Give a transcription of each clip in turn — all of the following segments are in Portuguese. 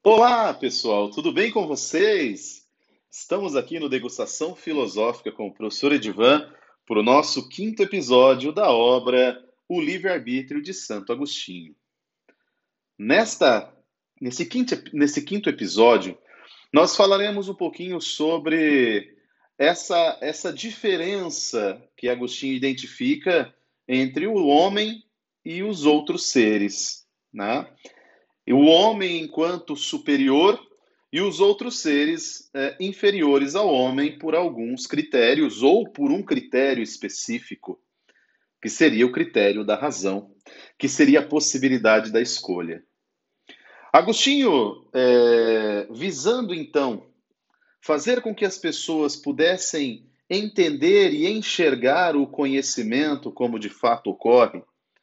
Olá, pessoal, tudo bem com vocês? Estamos aqui no Degustação Filosófica com o professor Edivan para o nosso quinto episódio da obra O Livre-Arbítrio de Santo Agostinho. Nesta, nesse quinto episódio, nós falaremos um pouquinho sobre essa diferença que Agostinho identifica entre o homem e os outros seres, né? E o homem enquanto superior e os outros seres inferiores ao homem por alguns critérios ou por um critério específico, que seria o critério da razão, que seria a possibilidade da escolha. Agostinho, visando então fazer com que as pessoas pudessem entender e enxergar o conhecimento como de fato ocorre,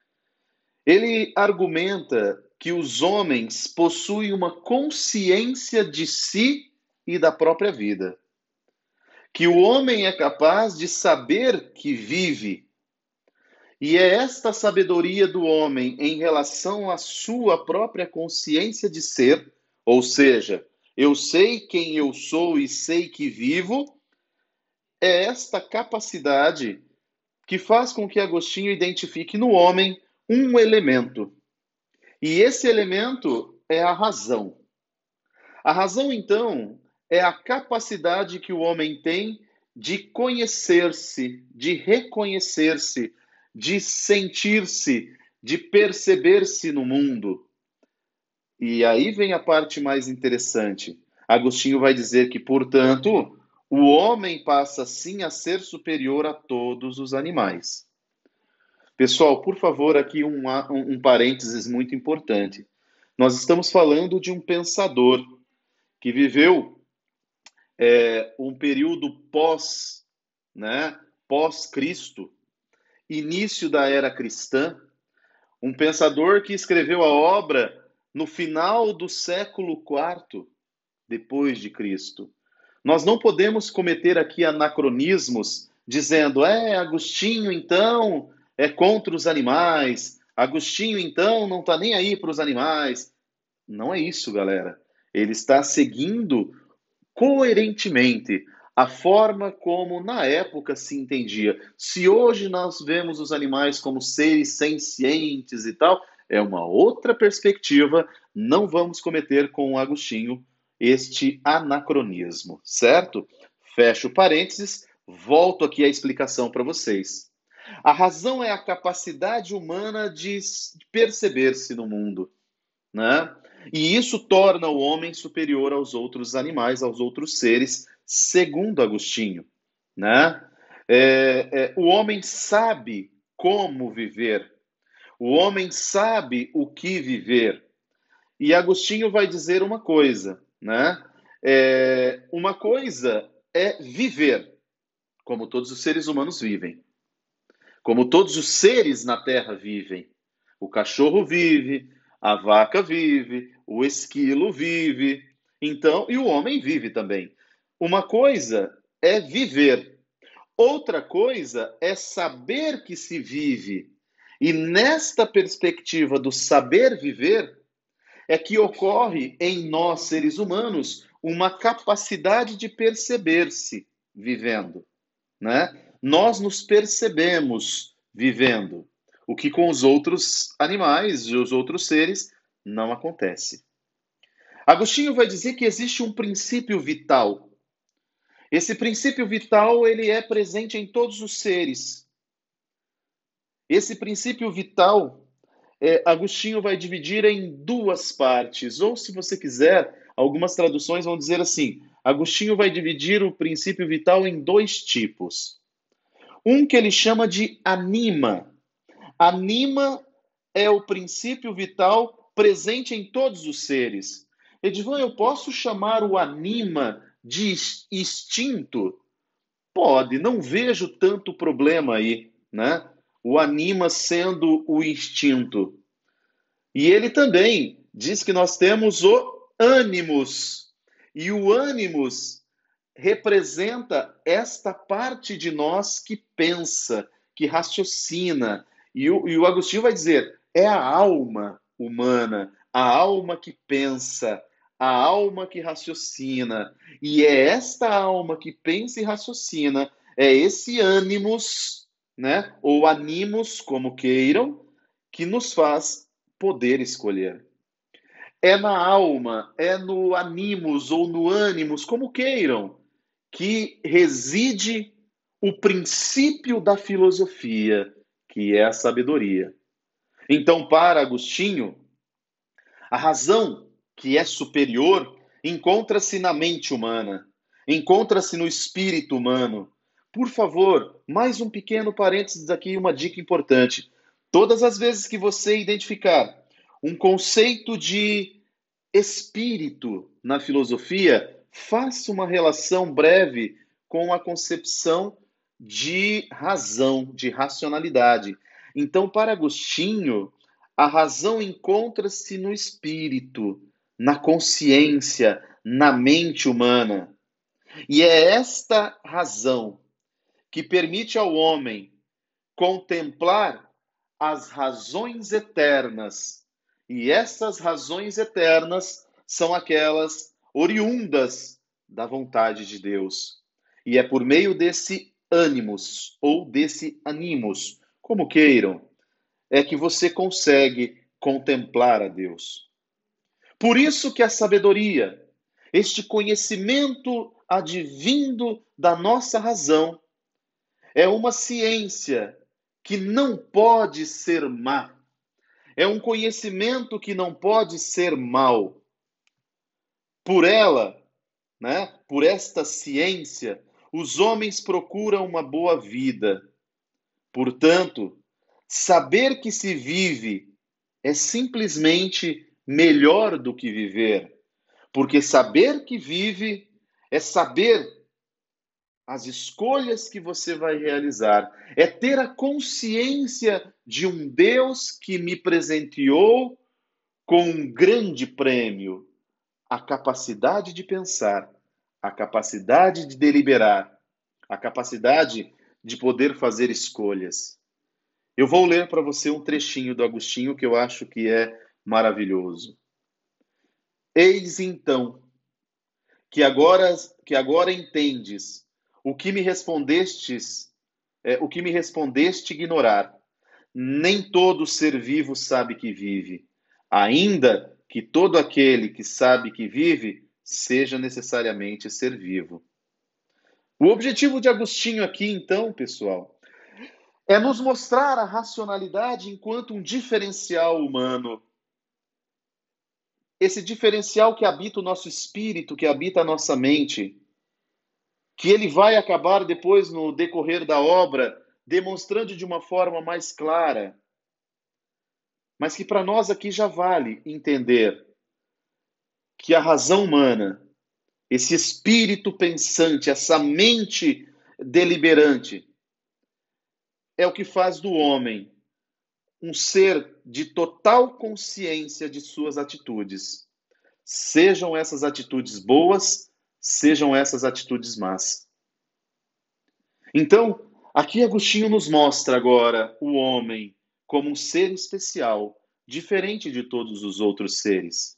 ele argumenta que os homens possuem uma consciência de si e da própria vida. Que o homem é capaz de saber que vive. E é esta sabedoria do homem em relação à sua própria consciência de ser, ou seja, eu sei quem eu sou e sei que vivo, é esta capacidade que faz com que Agostinho identifique no homem um elemento. E esse elemento é a razão. A razão, então, é a capacidade que o homem tem de conhecer-se, de reconhecer-se, de sentir-se, de perceber-se no mundo. E aí vem a parte mais interessante. Agostinho vai dizer que, portanto, o homem passa sim a ser superior a todos os animais. Pessoal, por favor, aqui um parênteses muito importante. Nós estamos falando de um pensador que viveu um período né, pós-Cristo, início da era cristã, um pensador que escreveu a obra no final do século IV depois de Cristo. Nós não podemos cometer aqui anacronismos dizendo, Agostinho, então, é contra os animais, Agostinho, então, não está nem aí para os animais. Não é isso, galera. Ele está seguindo coerentemente a forma como na época se entendia. Se hoje nós vemos os animais como seres sencientes e tal, é uma outra perspectiva, não vamos cometer com o Agostinho este anacronismo, certo? Fecho parênteses, volto aqui a explicação para vocês. A razão é a capacidade humana de perceber-se no mundo, né? E isso torna o homem superior aos outros animais, aos outros seres, segundo Agostinho, né? O homem sabe como viver, o homem sabe o que viver. E Agostinho vai dizer uma coisa, né? Uma coisa é viver, como todos os seres humanos vivem, como todos os seres na Terra vivem. O cachorro vive, a vaca vive, o esquilo vive, então, e o homem vive também. Uma coisa é viver, outra coisa é saber que se vive. E nesta perspectiva do saber viver, é que ocorre em nós, seres humanos, uma capacidade de perceber-se vivendo, né? Nós nos percebemos vivendo, o que com os outros animais e os outros seres não acontece. Agostinho vai dizer que existe um princípio vital. Esse princípio vital, ele é presente em todos os seres. Esse princípio vital, Agostinho vai dividir em duas partes, ou se você quiser, algumas traduções vão dizer assim, Agostinho vai dividir o princípio vital em dois tipos. Um que ele chama de anima. Anima é o princípio vital presente em todos os seres. Edivan, eu posso chamar o anima de instinto? Pode, não vejo tanto problema aí, né? O anima sendo o instinto. E ele também diz que nós temos o ânimos. E o ânimos representa esta parte de nós que pensa, que raciocina. E o Agostinho vai dizer, é a alma humana, a alma que pensa, a alma que raciocina. E é esta alma que pensa e raciocina, é esse ânimos, né? Ou animos, como queiram, que nos faz poder escolher. É na alma, é no animus ou no ânimos, como queiram, que reside o princípio da filosofia, que é a sabedoria. Então, para Agostinho, a razão que é superior encontra-se na mente humana, encontra-se no espírito humano. Por favor, mais um pequeno parênteses aqui, uma dica importante. Todas as vezes que você identificar um conceito de espírito na filosofia, faça uma relação breve com a concepção de razão, de racionalidade. Então, para Agostinho, a razão encontra-se no espírito, na consciência, na mente humana. E é esta razão que permite ao homem contemplar as razões eternas. E essas razões eternas são aquelas oriundas da vontade de Deus. E é por meio desse ânimos ou desse animus, como queiram, é que você consegue contemplar a Deus. Por isso que a sabedoria, este conhecimento advindo da nossa razão, é uma ciência que não pode ser má. É um conhecimento que não pode ser mau. Por ela, né, por esta ciência, os homens procuram uma boa vida. Portanto, saber que se vive é simplesmente melhor do que viver, porque saber que vive é saber as escolhas que você vai realizar, é ter a consciência de um Deus que me presenteou com um grande prêmio, a capacidade de pensar, a capacidade de deliberar, a capacidade de poder fazer escolhas. Eu vou ler para você um trechinho do Agostinho que eu acho que é maravilhoso. Eis então que agora entendes o que me respondeste ignorar. Nem todo ser vivo sabe que vive, ainda que todo aquele que sabe que vive seja necessariamente ser vivo. O objetivo de Agostinho aqui, então, pessoal, é nos mostrar a racionalidade enquanto um diferencial humano. Esse diferencial que habita o nosso espírito, que habita a nossa mente, que ele vai acabar depois, no decorrer da obra, demonstrando de uma forma mais clara, mas que para nós aqui já vale entender que a razão humana, esse espírito pensante, essa mente deliberante, é o que faz do homem um ser de total consciência de suas atitudes. Sejam essas atitudes boas, sejam essas atitudes más. Então, aqui Agostinho nos mostra agora o homem como um ser especial, diferente de todos os outros seres.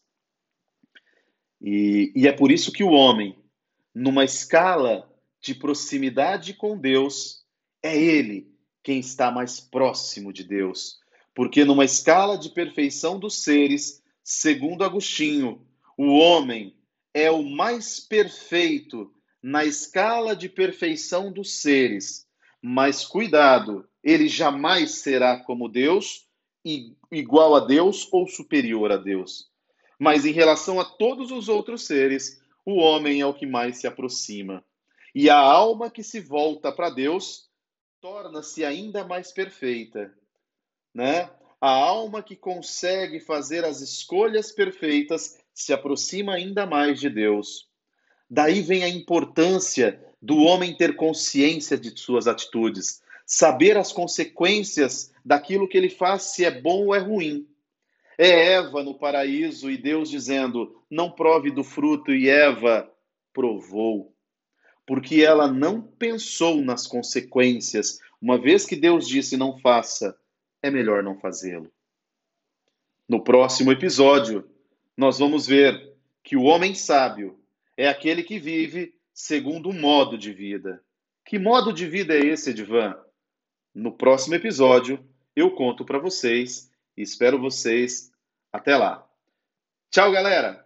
E é por isso que o homem, numa escala de proximidade com Deus, é ele quem está mais próximo de Deus. Porque numa escala de perfeição dos seres, segundo Agostinho, o homem é o mais perfeito na escala de perfeição dos seres. Mas cuidado, ele jamais será como Deus, igual a Deus ou superior a Deus. Mas em relação a todos os outros seres, o homem é o que mais se aproxima. E a alma que se volta para Deus torna-se ainda mais perfeita, né? A alma que consegue fazer as escolhas perfeitas se aproxima ainda mais de Deus. Daí vem a importância do homem ter consciência de suas atitudes, saber as consequências daquilo que ele faz, se é bom ou é ruim. É Eva no paraíso e Deus dizendo: não prove do fruto, e Eva provou, porque ela não pensou nas consequências. Uma vez que Deus disse não faça, é melhor não fazê-lo. No próximo episódio, nós vamos ver que o homem sábio é aquele que vive segundo um modo de vida. Que modo de vida é esse, Edvan? No próximo episódio eu conto para vocês e espero vocês até lá. Tchau, galera!